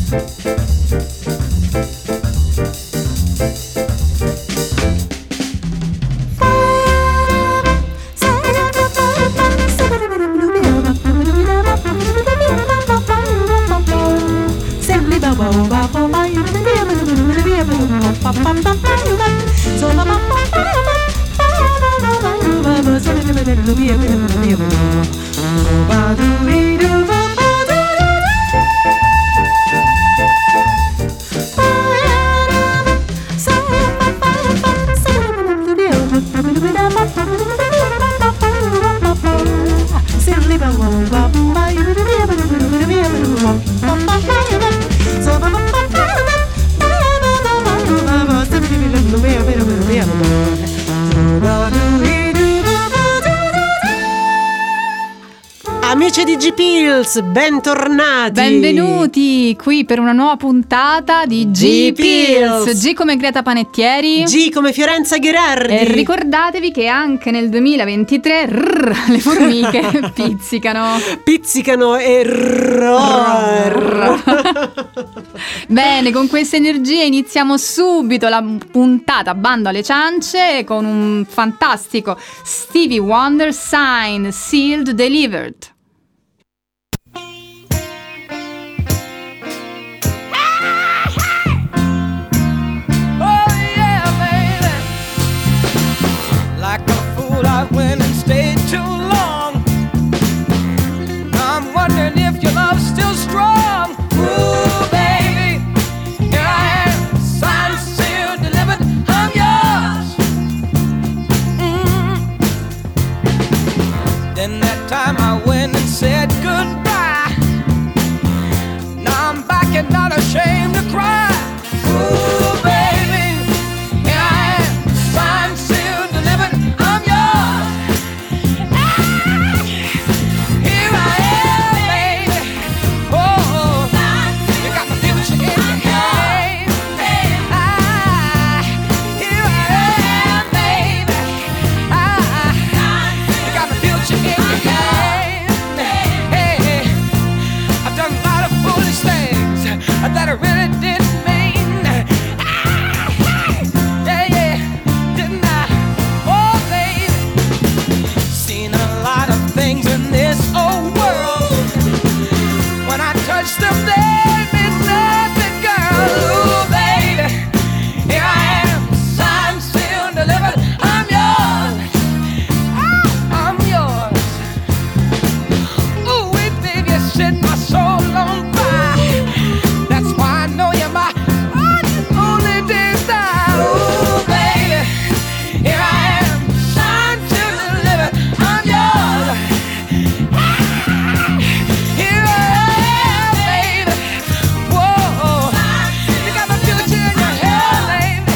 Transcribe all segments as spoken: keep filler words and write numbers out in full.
Amici di G-Pills, bentornati! Benvenuti qui per una nuova puntata di G-Pills. G come Greta Panettieri, G come Fiorenza Gherardi. E ricordatevi che anche nel duemilaventitré rrr, le formiche pizzicano. Pizzicano e rrr. Bene, con questa energia iniziamo subito la puntata Bando alle ciance con un fantastico Stevie Wonder, Signed, Sealed, Delivered. I went and stayed too long. I'm wondering if your love's still strong. Ooh, baby, here I am, signed, sealed, delivered, I'm yours. Mm-hmm. Then that time I went and said goodbye. Now I'm back and not ashamed to cry. Ooh, baby, here I am, signed, sealed, delivered, I'm yours. That I really didn't mean. Yeah, yeah, didn't I? Oh, baby, seen a lot of things in this old world. When I touch them, they mean nothing, girl. Ooh, baby, here I am, signed, sealed, delivered. I'm yours. I'm yours. Ooh, wait, baby, you set my soul on fire. I know you're my only desire. Ooh, baby, here I am, signed, sealed, delivered. I'm yours. Here I am, baby. Whoa, you got my future in your hand, baby.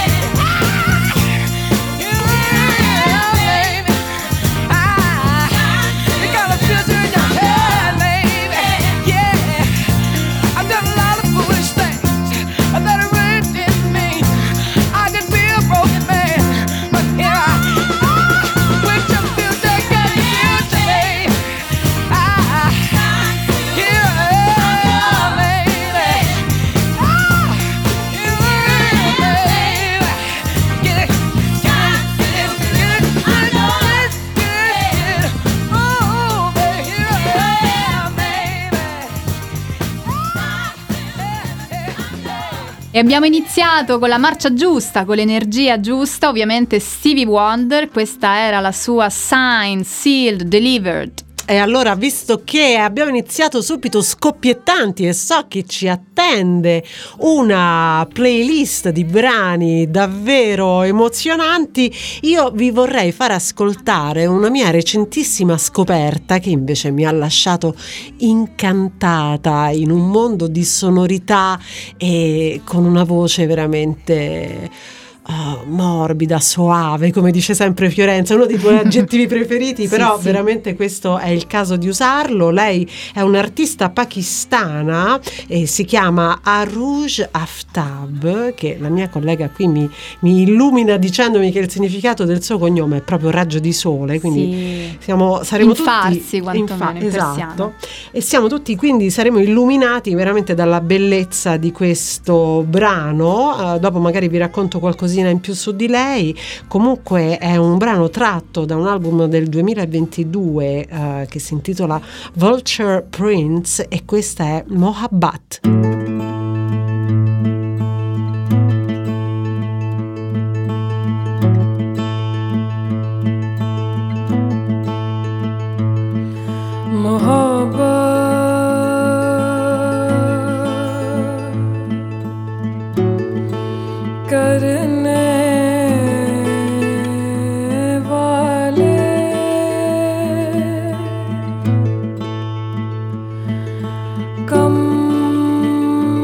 Here I am, baby. Ah, you got my future in your hand, baby. Yeah, I've done a lot of foolish things that I really didn't mean. I could be a broken man, but here I am with your future, got your future, baby. Ah, here I am, baby. Ah, here I am, baby. Get it, get it, get it, get it. I know it's good. Oh, baby, here I am, baby. E abbiamo iniziato con la marcia giusta, con l'energia giusta, ovviamente Stevie Wonder, questa era la sua Signed, Sealed, Delivered. E allora, visto che abbiamo iniziato subito scoppiettanti e so che ci attende una playlist di brani davvero emozionanti, io vi vorrei far ascoltare una mia recentissima scoperta che invece mi ha lasciato incantata in un mondo di sonorità e con una voce veramente uh, morbida, soave, come dice sempre Fiorenza, uno dei tuoi aggettivi preferiti, però sì. veramente questo è il caso di usarlo. Lei è un'artista pakistana e si chiama Arooj Aftab, che la mia collega qui mi, mi illumina dicendomi che il significato del suo cognome è proprio raggio di sole, quindi Sì. siamo, saremo Infarsi, tutti quantomeno, in esatto, persiano. e siamo tutti, quindi saremo illuminati veramente dalla bellezza di questo brano. Uh, dopo magari vi racconto qualcosina in più su di lei. Comunque è un brano tratto da un album del duemilaventidue uh, che si intitola Vulture Prince, e questa è Mohabbat. Come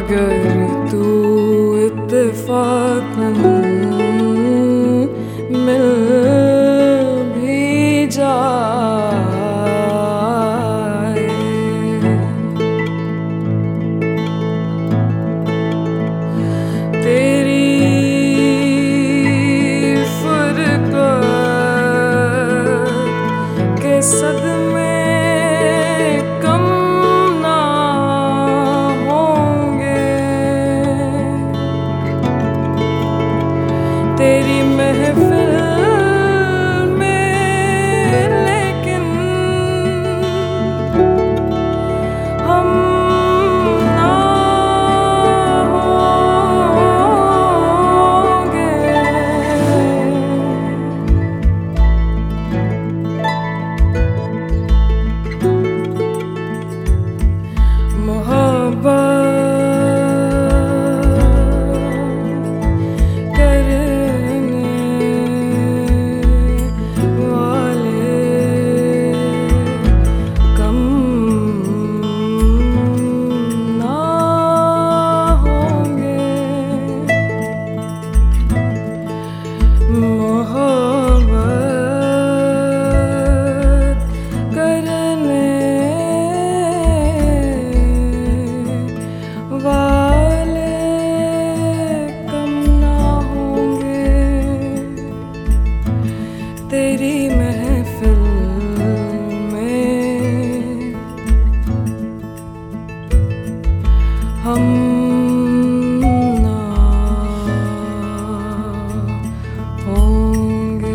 अगर तू इत्तेफाकन मिल भी जाए, तेरी फुरकत के सदमे कम ना होंगे, तेरी महफिल में लेकिन हम ना होंगे। मोहब्बत करने वाले कम ना होंगे, मोहब्बत करने वाले कम ना होंगे, तेरी महफिल में हम ना होंगे।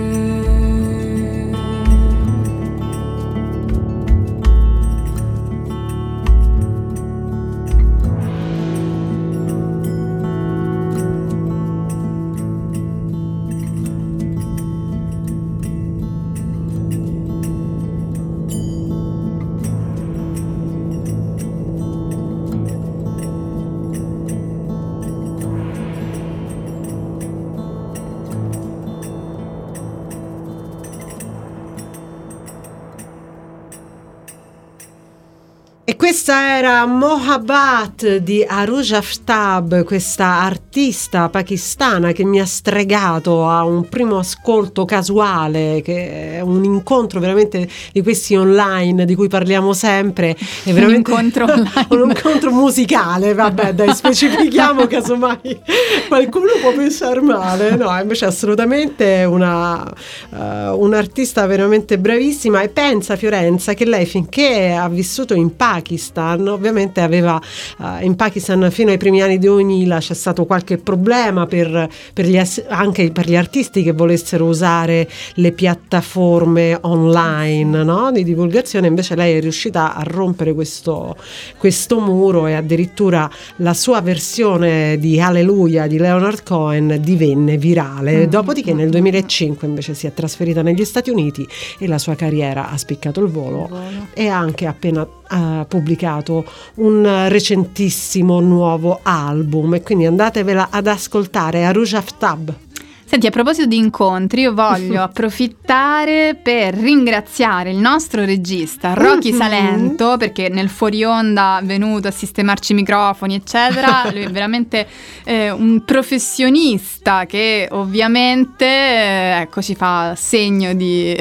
E questa era Mohabbat di Arooj Aftab, questa artista pakistana che mi ha stregato a un primo ascolto casuale, che è un incontro veramente di questi online di cui parliamo sempre. È veramente un incontro online. un incontro musicale, vabbè dai, specifichiamo casomai qualcuno può pensare male, no, invece assolutamente una uh, un'artista veramente bravissima. E pensa Fiorenza che lei, finché ha vissuto in Pakistan, ovviamente aveva uh, in Pakistan fino ai primi anni duemila c'è stato qualche problema per, per gli, anche per gli artisti che volessero usare le piattaforme online, no, di divulgazione. Invece lei è riuscita a rompere questo, questo muro e addirittura la sua versione di Hallelujah di Leonard Cohen divenne virale. Dopodiché nel duemilacinque invece si è trasferita negli Stati Uniti e la sua carriera ha spiccato il volo, e ha anche appena ha pubblicato un recentissimo nuovo album, e quindi andatevela ad ascoltare, Arooj Aftab. Senti, a proposito di incontri, io voglio approfittare per ringraziare il nostro regista Rocky Mm-hmm. Salento, perché nel fuori onda è venuto a sistemarci i microfoni eccetera. Lui è veramente eh, un professionista che ovviamente eh, ecco ci fa segno di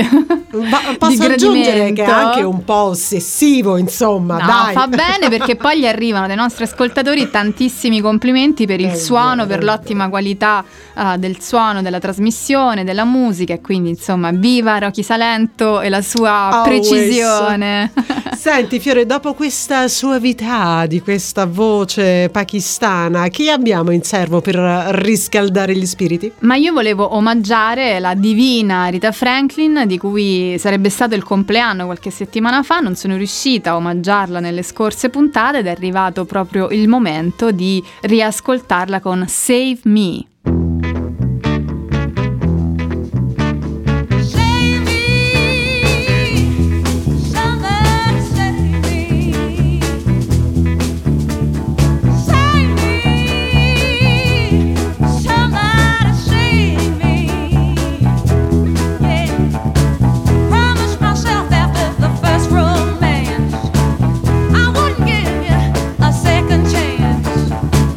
Ma posso di aggiungere che è gradimento. anche un po' ossessivo, insomma, No, dai. fa bene, perché poi gli arrivano dai nostri ascoltatori tantissimi complimenti per il È suono, vero, per è l'ottima qualità uh, del suono, della trasmissione, della musica, e quindi insomma viva Rocky Salento e la sua Always. precisione. Senti Fiore, dopo questa suavità di questa voce pakistana, chi abbiamo in serbo per riscaldare gli spiriti? Ma io volevo omaggiare la divina Rita Franklin, di cui sarebbe stato il compleanno qualche settimana fa. Non sono riuscita a omaggiarla nelle scorse puntate ed è arrivato proprio il momento di riascoltarla con Save Me. Second chance.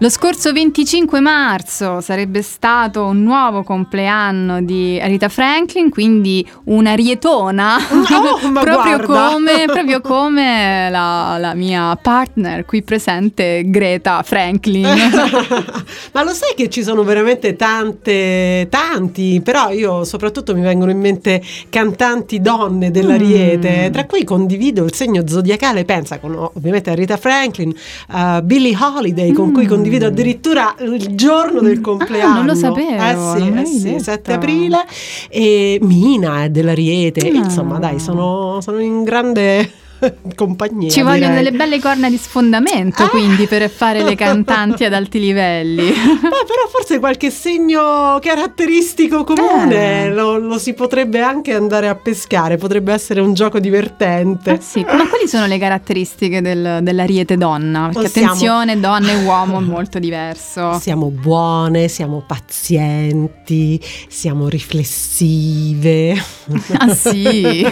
Lo scorso venticinque marzo sarebbe stato un nuovo compleanno di Aretha Franklin, quindi una arietona, Oh, ma proprio, guarda. come, proprio come la, la mia partner qui presente, Greta Franklin. Ma lo sai che ci sono veramente tante, tanti, però io soprattutto mi vengono in mente cantanti donne dell'Ariete, Mm. tra cui condivido il segno zodiacale, pensa con ovviamente Aretha Franklin, uh, Billie Holiday, con cui Mm. condivido addirittura il giorno del compleanno. Ah, non lo sapevo, Eh non sì, me eh l'avevi sì, detto. sette aprile, e Mina è dell'Ariete, Ah. insomma dai, sono, sono in grande compagnia. Ci vogliono direi. delle belle corna di sfondamento, Ah. quindi, per fare le cantanti ad alti livelli. Beh, però forse qualche segno caratteristico comune Eh. lo, lo si potrebbe anche andare a pescare, potrebbe essere un gioco divertente. Ah, sì. Ma quali sono le caratteristiche del, dell'Ariete donna? Perché Siamo- attenzione, donna e uomo è molto diverso. Siamo buone, siamo pazienti, siamo riflessive. Ah sì?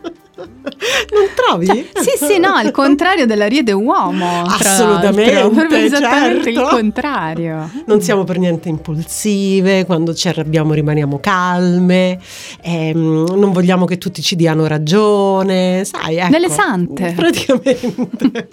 Non trovi? Sì, sì, no, il contrario dell'Ariete uomo. tra Assolutamente, l'altro. Proprio esattamente il certo. contrario. Non siamo per niente impulsive, quando ci arrabbiamo rimaniamo calme, ehm, non vogliamo che tutti ci diano ragione, sai, ecco. Delle sante. Praticamente.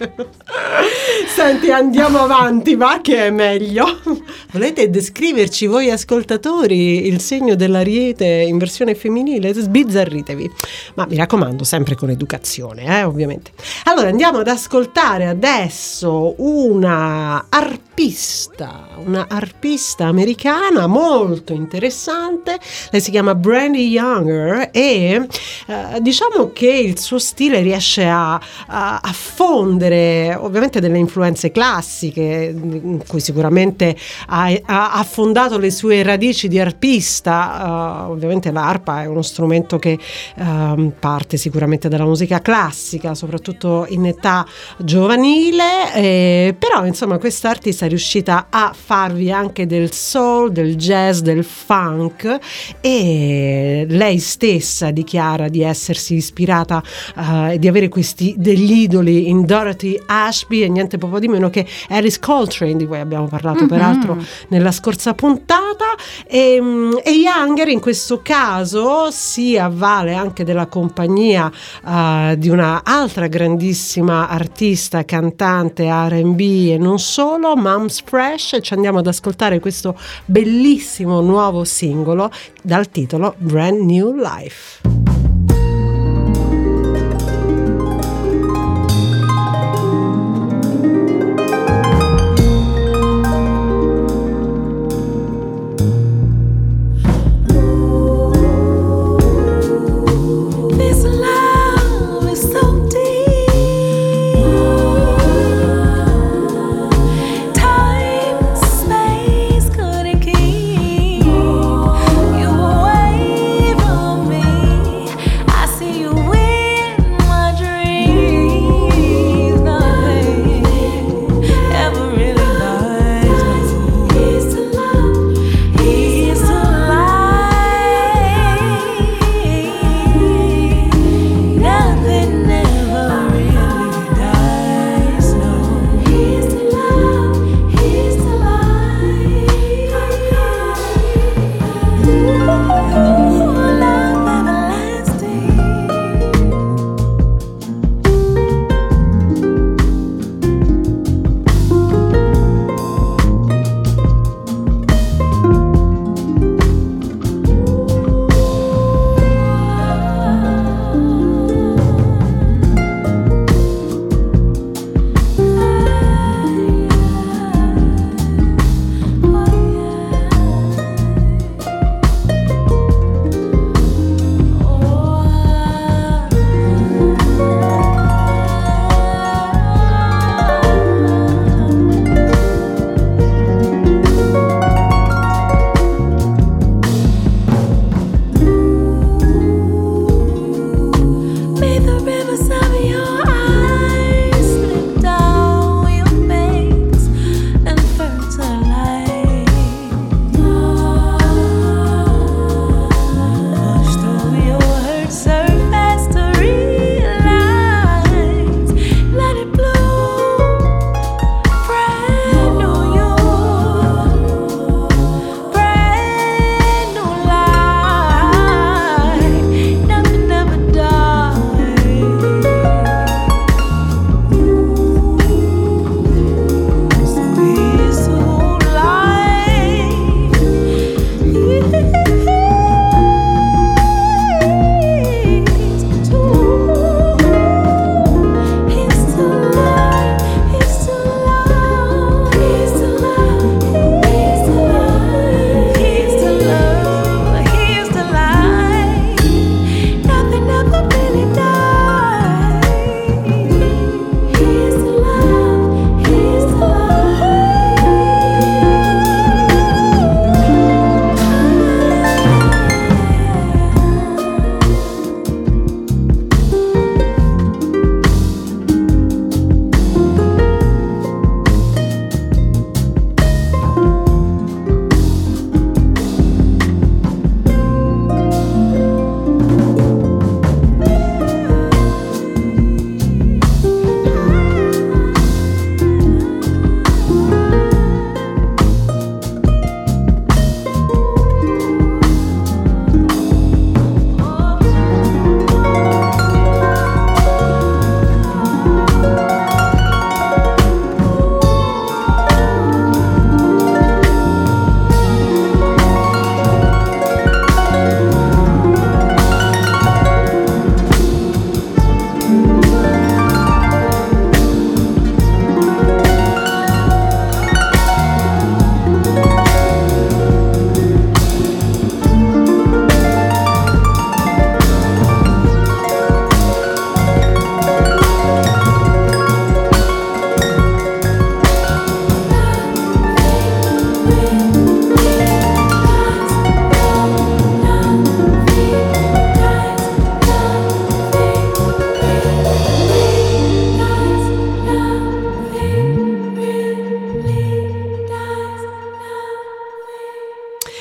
Senti, andiamo avanti, va che è meglio. Volete descriverci voi ascoltatori il segno dell'Ariete in versione femminile? Sbizzarritevi. Ma mi raccomando, sempre con educazione, eh, ovviamente. Allora andiamo ad ascoltare adesso una arpista, una arpista americana molto interessante. Lei si chiama Brandy Younger e eh, diciamo che il suo stile riesce a, a, a fondere ovviamente delle influenze classiche in cui sicuramente ha, ha, ha fondato le sue radici di arpista. Uh, ovviamente l'arpa è uno strumento che uh, parte sicuramente dalla musica classica, soprattutto in età giovanile, eh, però insomma questa artista è riuscita a farvi anche del soul, del jazz, del funk, e lei stessa dichiara di essersi ispirata e uh, di avere questi degli idoli in Dorothy Ashby e niente poco di meno che Alice Coltrane, di cui abbiamo parlato mm-hmm. peraltro nella scorsa puntata, e, e Younger in questo caso si avvale anche della compagnia uh, di una altra grandissima artista, cantante R and B e non solo, Mums Fresh, e ci andiamo ad ascoltare questo bellissimo nuovo singolo dal titolo Brand New Life. You away from me.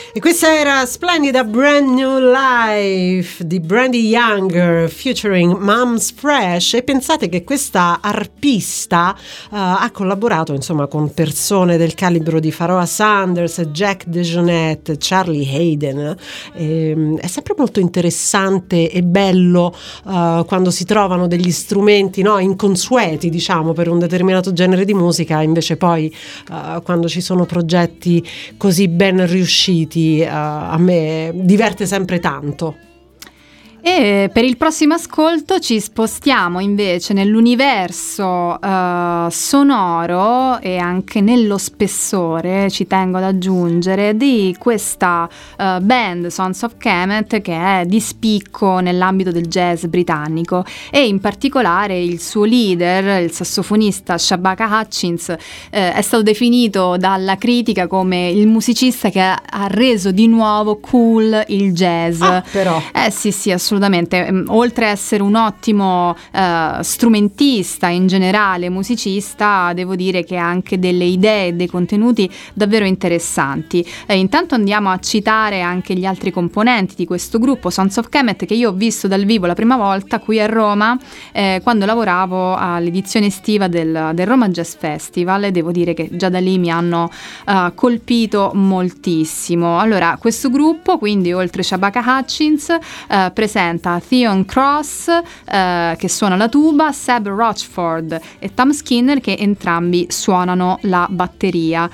E questa era splendida Brand New Life di Brandy Younger featuring Mom's Fresh, e pensate che questa arpista uh, ha collaborato insomma con persone del calibro di Pharoah Sanders, Jack DeJohnette, Charlie Hayden. E, è sempre molto interessante e bello uh, quando si trovano degli strumenti, no, inconsueti, diciamo, per un determinato genere di musica, invece poi uh, quando ci sono progetti così ben riusciti Uh, a me diverte sempre tanto. E per il prossimo ascolto ci spostiamo invece nell'universo uh, sonoro e anche nello spessore, ci tengo ad aggiungere, di questa uh, band Sons of Kemet, che è di spicco nell'ambito del jazz britannico, e in particolare il suo leader, il sassofonista Shabaka Hutchins, eh, è stato definito dalla critica come il musicista che ha, ha reso di nuovo cool il jazz. Ah, però. Eh sì sì, assolutamente. Assolutamente, oltre a essere un ottimo uh, strumentista, in generale musicista, devo dire che ha anche delle idee e dei contenuti davvero interessanti. Eh, intanto andiamo a citare anche gli altri componenti di questo gruppo, Sons of Kemet, che io ho visto dal vivo la prima volta qui a Roma eh, quando lavoravo all'edizione estiva del, del Roma Jazz Festival, e devo dire che già da lì mi hanno uh, colpito moltissimo. Allora, questo gruppo, quindi oltre Shabaka Hutchins, uh, presenta Theon Cross eh, che suona la tuba, Seb Rochford e Tom Skinner che entrambi suonano la batteria.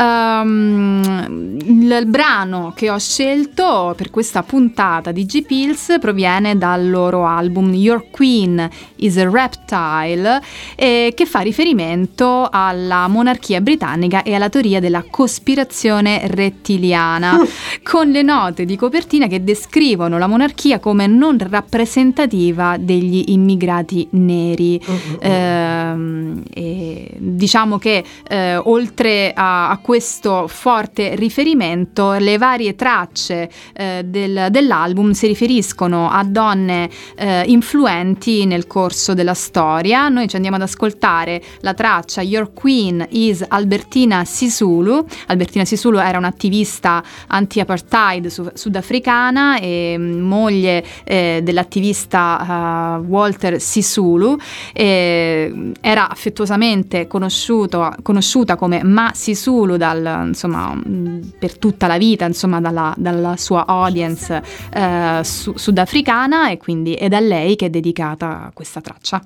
Um, il, il brano che ho scelto per questa puntata di G-Pills proviene dal loro album Your Queen is a Reptile, eh, che fa riferimento alla monarchia britannica e alla teoria della cospirazione rettiliana, con le note di copertina che descrivono la monarchia come non rappresentativa degli immigrati neri. Uh-huh. Eh, e diciamo che eh, oltre a, a questo forte riferimento, le varie tracce eh, del, dell'album si riferiscono a donne eh, influenti nel corso della storia. Noi ci andiamo ad ascoltare la traccia Your Queen is Albertina Sisulu. Albertina Sisulu era un'attivista anti-apartheid su- sudafricana e moglie eh, dell'attivista uh, Walter Sisulu. Eh, era affettuosamente conosciuto, conosciuta come Ma Sisulu dal, insomma, per tutta la vita, insomma, dalla, dalla sua audience eh, su- sudafricana, e quindi è da lei che è dedicata questa traccia.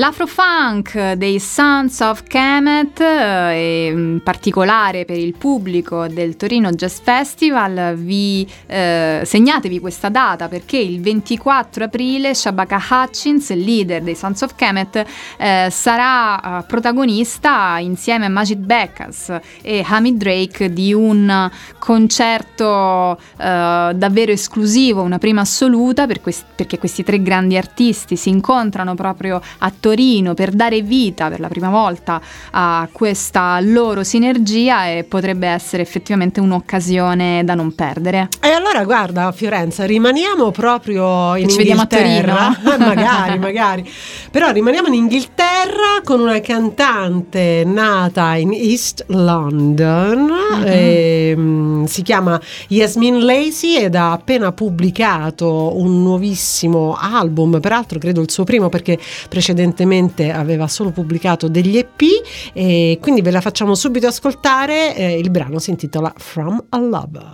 L'Afrofunk dei Sons of Kemet, e in particolare per il pubblico del Torino Jazz Festival, vi eh, segnatevi questa data, perché il ventiquattro aprile Shabaka Hutchins, il leader dei Sons of Kemet, eh, sarà eh, protagonista insieme a Majid Bekas e Hamid Drake di un concerto eh, davvero esclusivo, una prima assoluta, per quest- perché questi tre grandi artisti si incontrano proprio a Torino per dare vita per la prima volta a questa loro sinergia, e potrebbe essere effettivamente un'occasione da non perdere. E allora guarda Fiorenza, rimaniamo proprio in Ci vediamo a Inghilterra. Torino? magari, magari. Però rimaniamo in Inghilterra con una cantante nata in East London, mm-hmm. e, um, si chiama Yasmin Lacey ed ha appena pubblicato un nuovissimo album, peraltro credo il suo primo, perché precedentemente aveva solo pubblicato degli E P, e quindi ve la facciamo subito ascoltare. Eh, il brano si intitola From a Lover.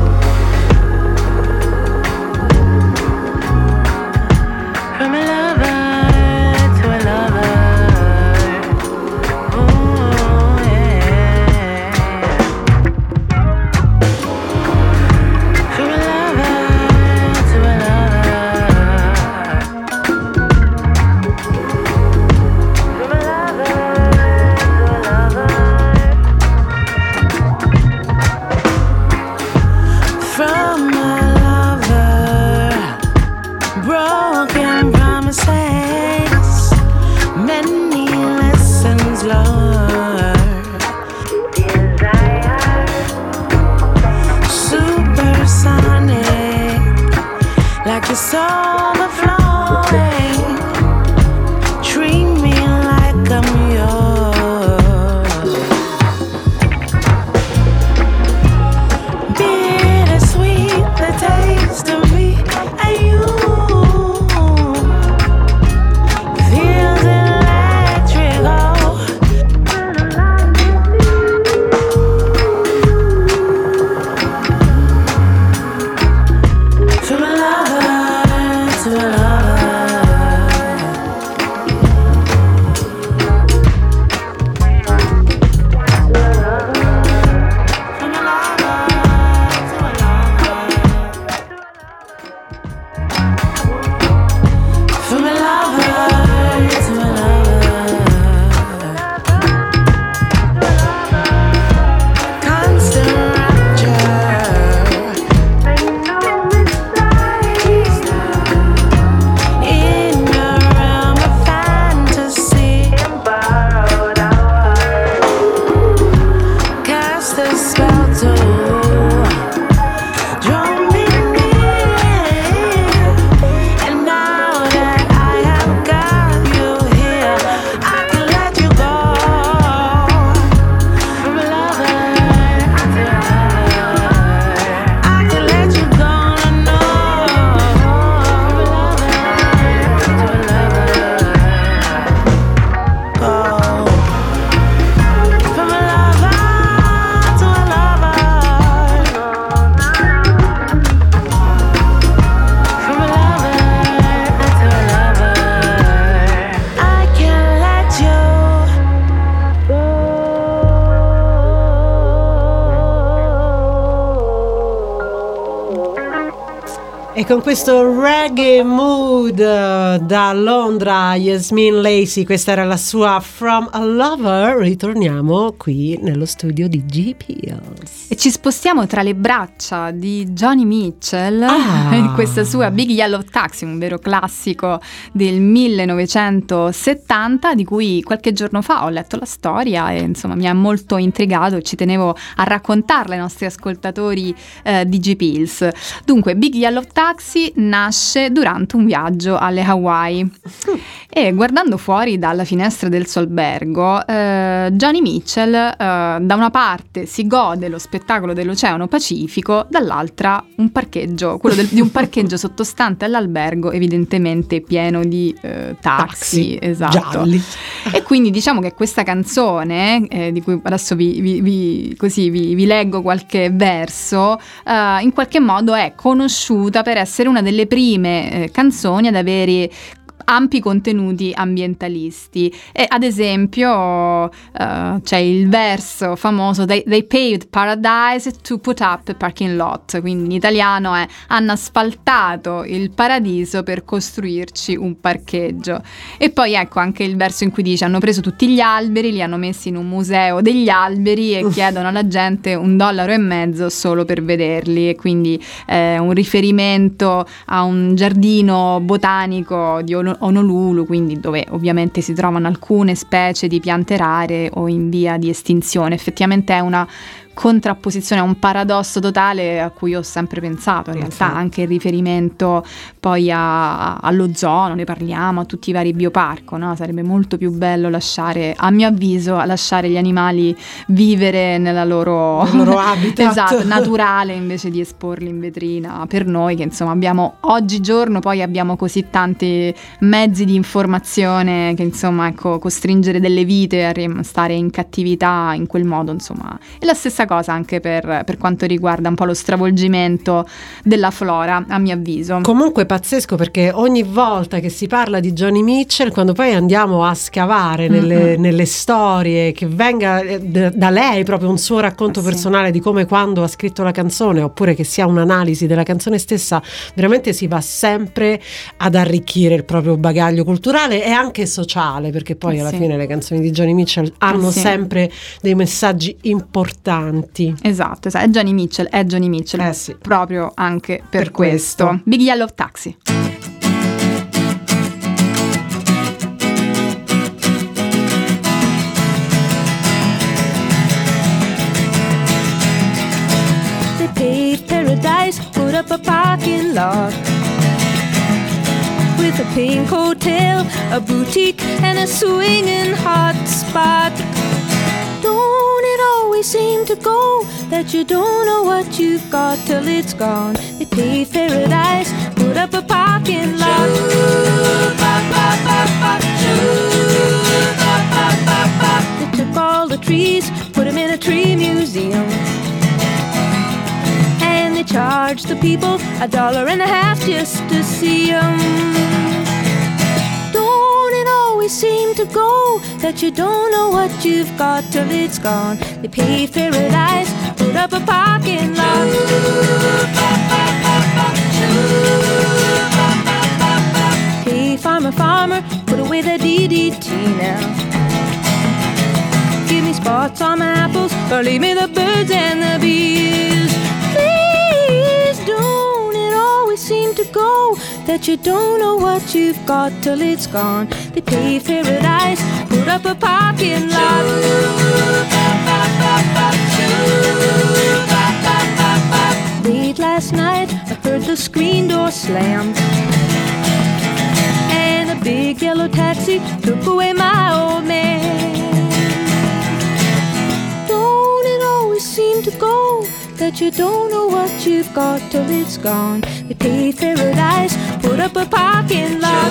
From a lover to a lover, ooh, yeah. From a lover to a lover, from a lover to a lover, from a lover. Broken promises, many lessons learned. Desire, supersonic, like a silver flowing. Treat me like I'm yours. Bittersweet, the taste of me and you. Feels electrical. From a lover to a E con questo reggae mood uh, da Londra, Yasmin Lacey, questa era la sua From a Lover. Ritorniamo qui nello studio di G P Ls e ci spostiamo tra le braccia di Joni Mitchell, ah. in questa sua Big Yellow Taxi, un vero classico del millenovecentosettanta, di cui qualche giorno fa ho letto la storia e insomma mi ha molto intrigato e ci tenevo a raccontarla ai nostri ascoltatori eh, di G P Ls. Dunque, Big Yellow Taxi nasce durante un viaggio alle Hawaii e guardando fuori dalla finestra del suo albergo, eh, Joni Mitchell eh, da una parte si gode lo spettacolo dell'Oceano Pacifico, dall'altra un parcheggio, quello del, di un parcheggio sottostante all'albergo, evidentemente pieno di eh, taxi, taxi esatto. gialli. E quindi diciamo che questa canzone, eh, di cui adesso vi, vi, vi, così vi, vi leggo qualche verso, eh, in qualche modo è conosciuta per essere una delle prime eh, canzoni ad avere ampi contenuti ambientalisti. E ad esempio uh, c'è il verso famoso they, they paved paradise to put up a parking lot, quindi in italiano è hanno asfaltato il paradiso per costruirci un parcheggio. E poi ecco anche il verso in cui dice hanno preso tutti gli alberi, li hanno messi in un museo degli alberi e chiedono alla gente un dollaro e mezzo solo per vederli, e quindi eh, un riferimento a un giardino botanico di Honolulu, quindi dove ovviamente si trovano alcune specie di piante rare o in via di estinzione. Effettivamente è una contrapposizione, un paradosso totale a cui ho sempre pensato, in realtà anche il riferimento poi a, all'ozono, ne parliamo, a tutti i vari biopark, no? Sarebbe molto più bello lasciare, a mio avviso, lasciare gli animali vivere nella loro, nel loro habitat esatto, naturale, invece di esporli in vetrina. Per noi che insomma abbiamo oggigiorno, poi abbiamo così tanti mezzi di informazione che insomma ecco, costringere delle vite a stare in cattività in quel modo insomma è la stessa cosa anche per, per quanto riguarda un po' lo stravolgimento della flora, a mio avviso. Comunque pazzesco, perché ogni volta che si parla di Joni Mitchell, quando poi andiamo a scavare nelle, mm-hmm. nelle storie, che venga d- da lei proprio un suo racconto ah, personale sì. di come quando ha scritto la canzone, oppure che sia un'analisi della canzone stessa, veramente si va sempre ad arricchire il proprio bagaglio culturale e anche sociale, perché poi ah, alla sì. fine le canzoni di Joni Mitchell hanno ah, sì. sempre dei messaggi importanti. Esatto, esatto, è Joni Mitchell, è Joni Mitchell, eh sì. proprio anche per, per questo. questo. Big Yellow Taxi. They paved paradise, put up a parking lot with a pink hotel, a boutique and a swinging hot spot. Don't it always seem to go that you don't know what you've got till it's gone? They paved paradise, put up a parking lot. They took all the trees, put them in a tree museum, and they charged the people a dollar and a half just to see them. Seem to go that you don't know what you've got till it's gone. They paved paradise, put up a parking lot. Hey farmer, farmer, put away the D D T now. Give me spots on my apples, or leave me the birds and the bees. Please don't it always seem to go that you don't know what you've got till it's gone. They paved paradise, put up a parking lot. Late last night, I heard the screen door slam, and a big yellow taxi took away my old man. Don't it always seem to go that you don't know what you've got till it's gone? They paved paradise, put up a parking lot.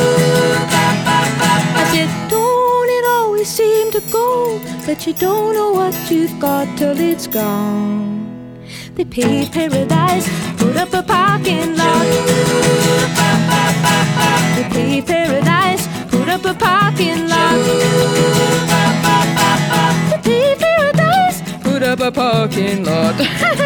I said, don't it always seem to go that you don't know what you've got till it's gone? They paved paradise, put up a parking lot. They paved paradise, put up a parking lot. They paved paradise, put up a parking lot.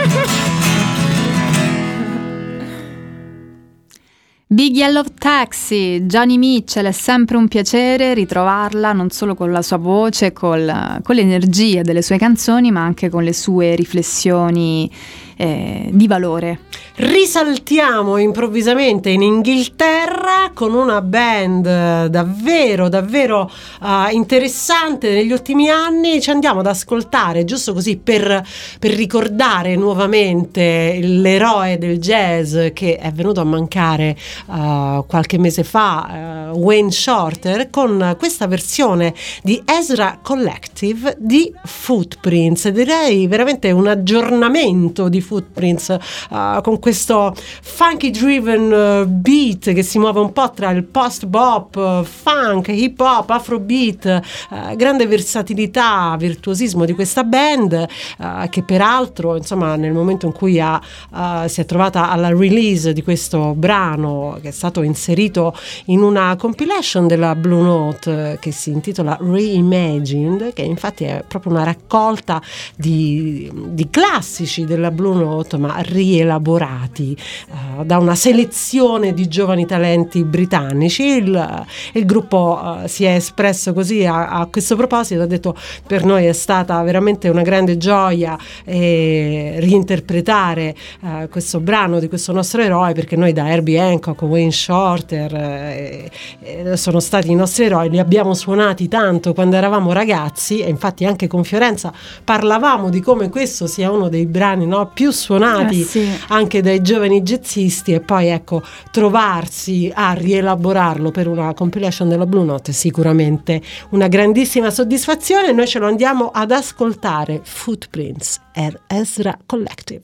Big Yellow Taxi, Joni Mitchell, è sempre un piacere ritrovarla non solo con la sua voce, col, con l'energia delle sue canzoni, ma anche con le sue riflessioni eh, di valore. Risaltiamo improvvisamente in Inghilterra con una band davvero davvero uh, interessante negli ultimi anni. Ci andiamo ad ascoltare, giusto così per, per ricordare nuovamente l'eroe del jazz che è venuto a mancare uh, qualche mese fa, uh, Wayne Shorter, con questa versione di Ezra Collective di Footprints. Direi veramente un aggiornamento di Footprints, uh, con questo funky driven uh, beat che si muove un po' tra il post bop, uh, funk, hip hop, afrobeat, uh, grande versatilità, virtuosismo di questa band, uh, che peraltro insomma nel momento in cui ha, uh, si è trovata alla release di questo brano, che è stato inserito in una compilation della Blue Note, uh, che si intitola Reimagined, che infatti è proprio una raccolta di, di classici della Blue Note ma rielaborati uh, da una selezione di giovani talenti britannici. Il, il gruppo uh, si è espresso così a, a questo proposito, ha detto: per noi è stata veramente una grande gioia eh, reinterpretare uh, questo brano di questo nostro eroe, perché noi da Herbie Hancock, Wayne Shorter eh, eh, sono stati i nostri eroi, li abbiamo suonati tanto quando eravamo ragazzi, e infatti anche con Fiorenza parlavamo di come questo sia uno dei brani, no, più suonati eh sì. anche dai giovani jazzisti, e poi ecco, trovarsi a rielaborarlo per una compilation della Blue Note è sicuramente una grandissima soddisfazione. Noi ce lo andiamo ad ascoltare, Footprints, Air Ezra Collective.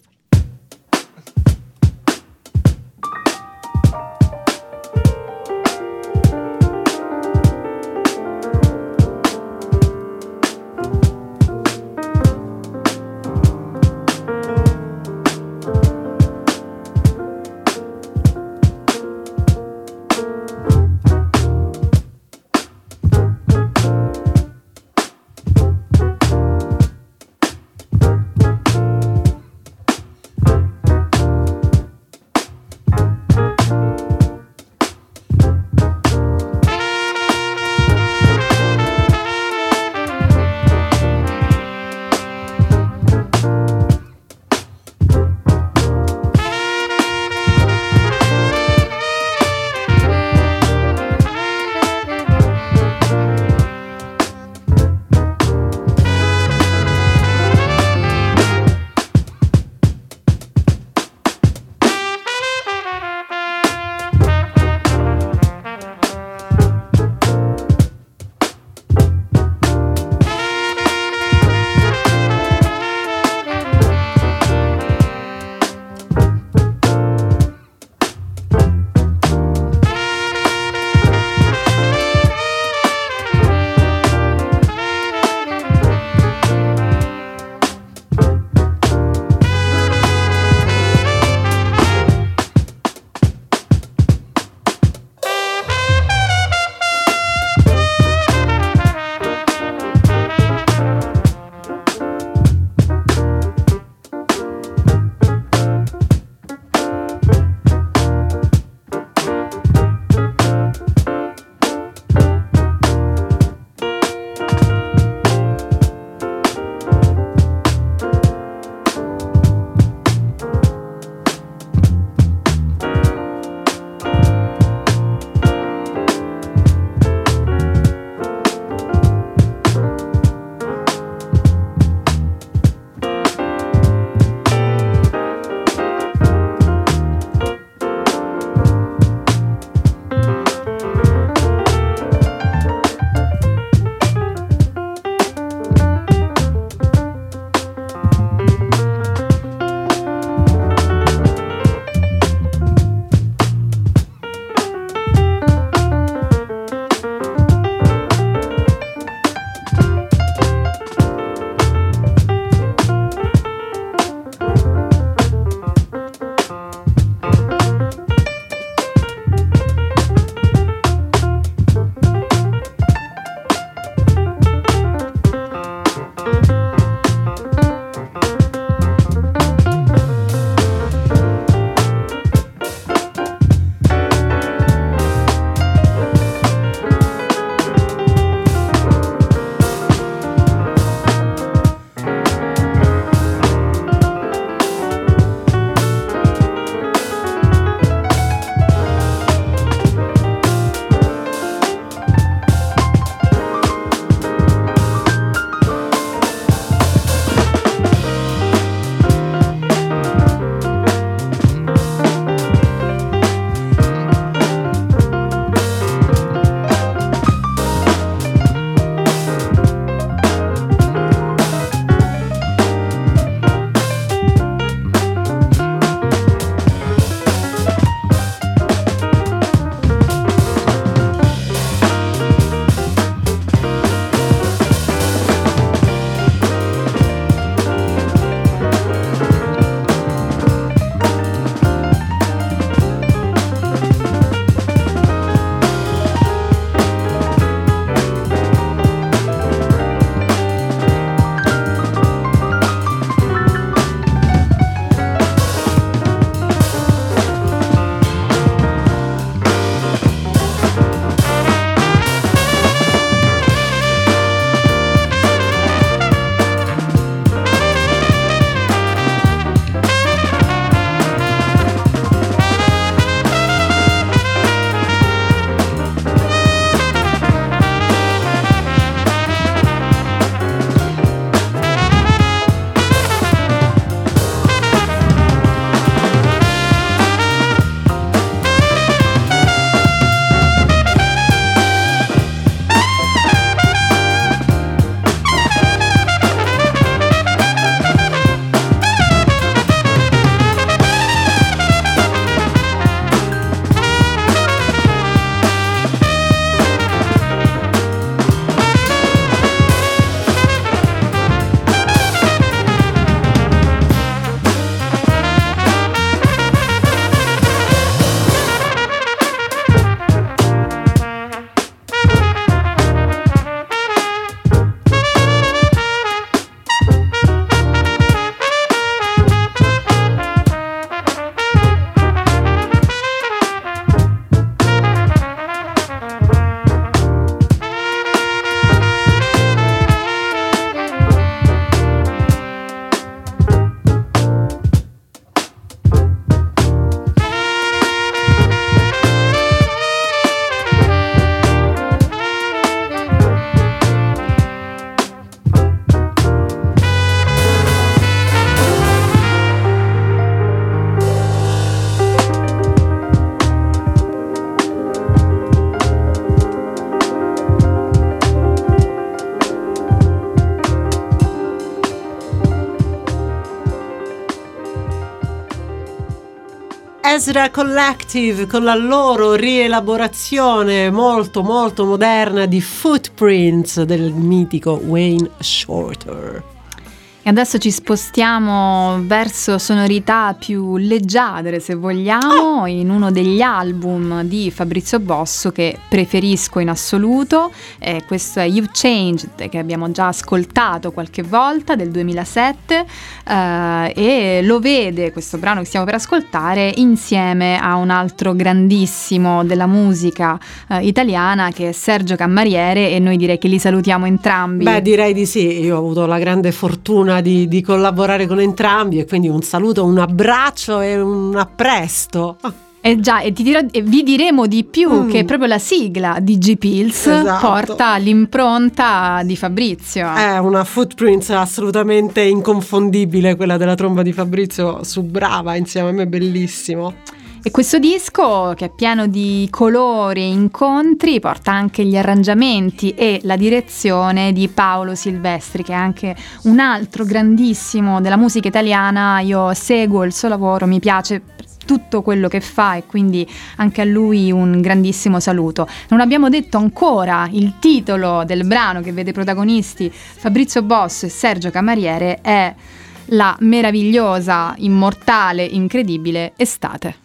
Ezra Collective con la loro rielaborazione molto molto moderna di Footprints del mitico Wayne Shorter. E adesso ci spostiamo verso sonorità più leggiadre, se vogliamo, oh! in uno degli album di Fabrizio Bossi che preferisco in assoluto. Eh, questo è You've Changed, che abbiamo già ascoltato qualche volta, del duemilasette, eh, e lo vede, questo brano che stiamo per ascoltare, insieme a un altro grandissimo della musica eh, italiana, che è Sergio Cammariere, e noi direi che li salutiamo entrambi. Beh, direi di sì, io ho avuto la grande fortuna Di, di collaborare con entrambi, e quindi un saluto, un abbraccio e un appresto. Eh già, e, ti dirò, e vi diremo di più mm. che proprio la sigla di G-Pills esatto. porta l'impronta di Fabrizio. È una Footprints assolutamente inconfondibile, quella della tromba di Fabrizio su Brava, insieme a me, bellissimo. E questo disco, che è pieno di colori e incontri, porta anche gli arrangiamenti e la direzione di Paolo Silvestri, che è anche un altro grandissimo della musica italiana. Io seguo il suo lavoro, mi piace tutto quello che fa, e quindi anche a lui un grandissimo saluto. Non abbiamo detto ancora il titolo del brano che vede protagonisti Fabrizio Bossi e Sergio Cammariere, è la meravigliosa, immortale, incredibile Estate.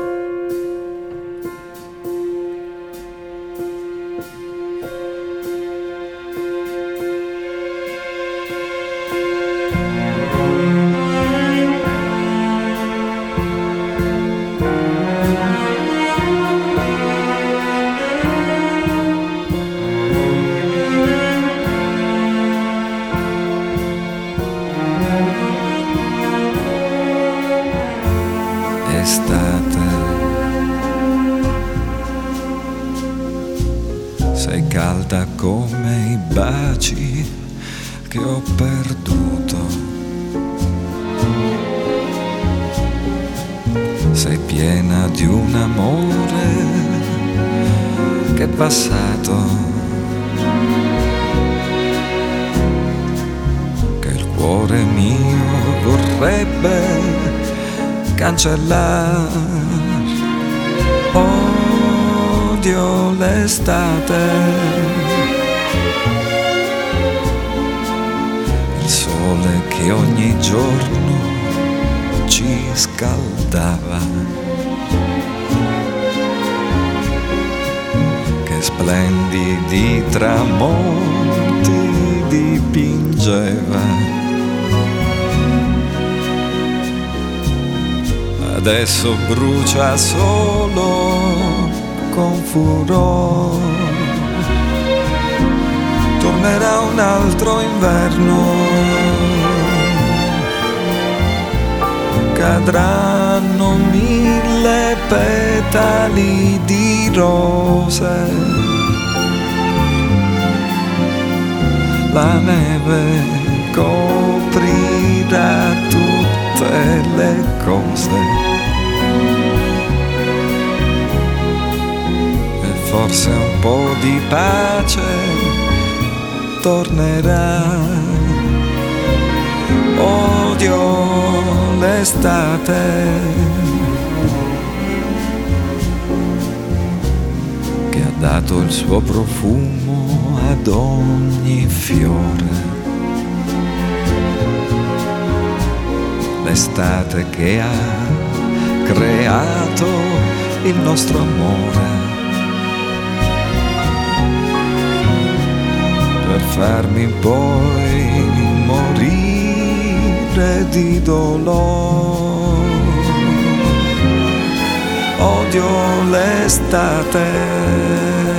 Sei calda come i baci che ho perduto. Sei piena di un amore che è passato, che il cuore mio vorrebbe cancellare. Odio l'estate, il sole che ogni giorno ci scaldava, che splendidi tramonti dipingeva. Adesso brucia solo con furore, tornerà un altro inverno, cadranno mille petali di rose, la neve coprirà tutte le cose. Forse un po' di pace tornerà. Odio l'estate, che ha dato il suo profumo ad ogni fiore. L'estate che ha creato il nostro amore, per farmi poi morire di dolore. Odio l'estate.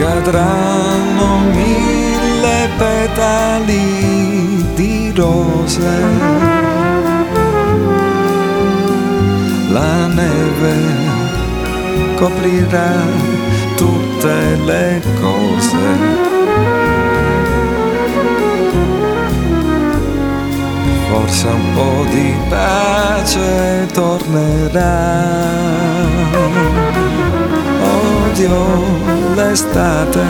cadranno mille petali di rose, la neve coprirà tutte le cose. Forse un po' di pace tornerà. Odio l'estate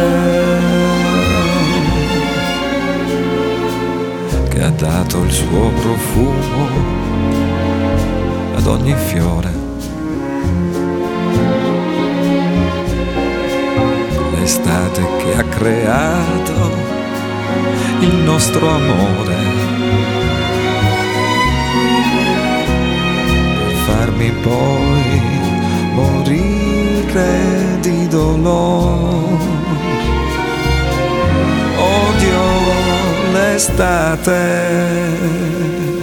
che ha dato il suo profumo ad ogni fiore. L'estate che ha creato il nostro amore, farmi poi morire di dolore. Odio l'estate.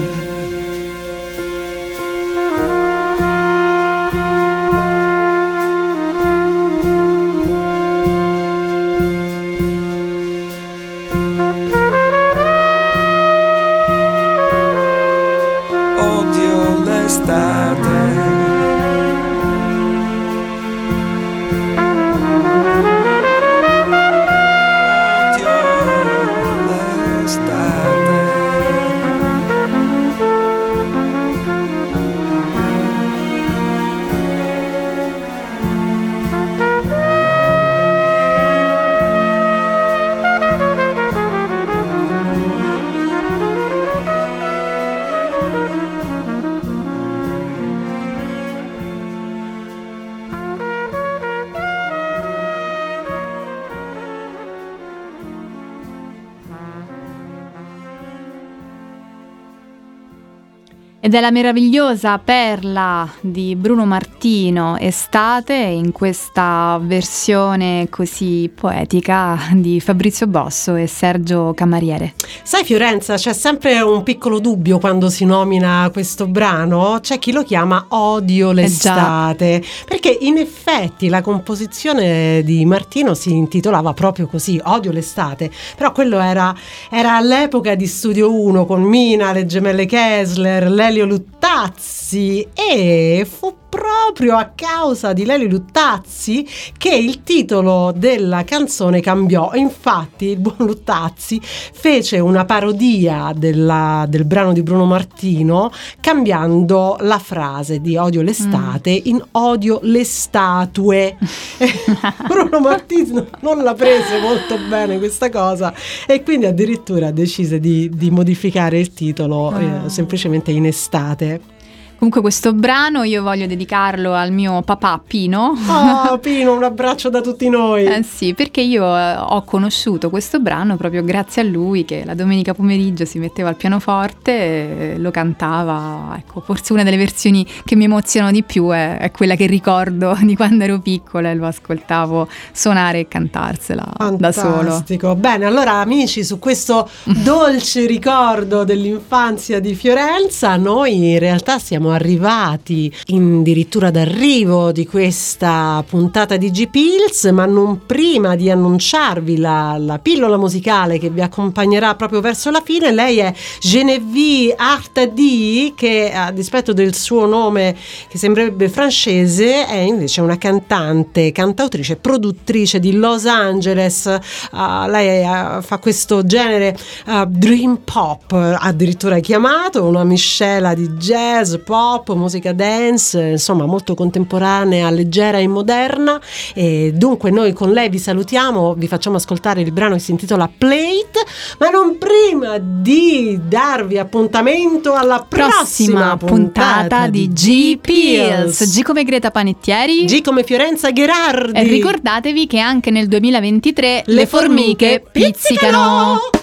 Ed è la meravigliosa Perla di Bruno Martino, Estate, in questa versione così poetica di Fabrizio Bosso e Sergio Camariere. Sai Fiorenza, c'è sempre un piccolo dubbio quando si nomina questo brano, c'è chi lo chiama Odio l'estate, eh perché in effetti la composizione di Martino si intitolava proprio così, Odio l'estate, però quello era, era all'epoca di Studio uno con Mina, le gemelle Kessler, Lelio Luttazzi, e fu proprio a causa di Lelio Luttazzi che il titolo della canzone cambiò. Infatti il buon Luttazzi fece una parodia della, del brano di Bruno Martino cambiando la frase di Odio l'estate mm. in Odio le statue. Bruno Martino non la prese molto bene questa cosa e quindi addirittura decise di, di modificare il titolo ah. eh, semplicemente in estate. Comunque questo brano io voglio dedicarlo al mio papà Pino. Oh Pino, un abbraccio da tutti noi. Eh sì, perché io ho conosciuto questo brano proprio grazie a lui, che la domenica pomeriggio si metteva al pianoforte e lo cantava. Ecco, forse una delle versioni che mi emozionano di più è, è quella che ricordo di quando ero piccola e lo ascoltavo suonare e cantarsela da solo. Fantastico. Bene, allora amici, su questo dolce ricordo dell'infanzia di Fiorenza, noi in realtà siamo arrivati in addirittura d'arrivo di questa puntata di G-Pills, ma non prima di annunciarvi la, la pillola musicale che vi accompagnerà proprio verso la fine. Lei è Genevieve Artadi, che a dispetto del suo nome che sembrerebbe francese è invece una cantante, cantautrice, produttrice di Los Angeles. Uh, lei uh, fa questo genere uh, dream pop, addirittura chiamato, una miscela di jazz, pop, musica dance, insomma molto contemporanea, leggera e moderna. E dunque noi con lei vi salutiamo, vi facciamo ascoltare il brano che si intitola Plate, ma non prima di darvi appuntamento alla prossima, prossima puntata, puntata di G-Pills. G come Greta Panettieri, G come Fiorenza Gherardi. E ricordatevi che anche nel duemilaventitré le, le formiche, formiche pizzicano, pizzicano.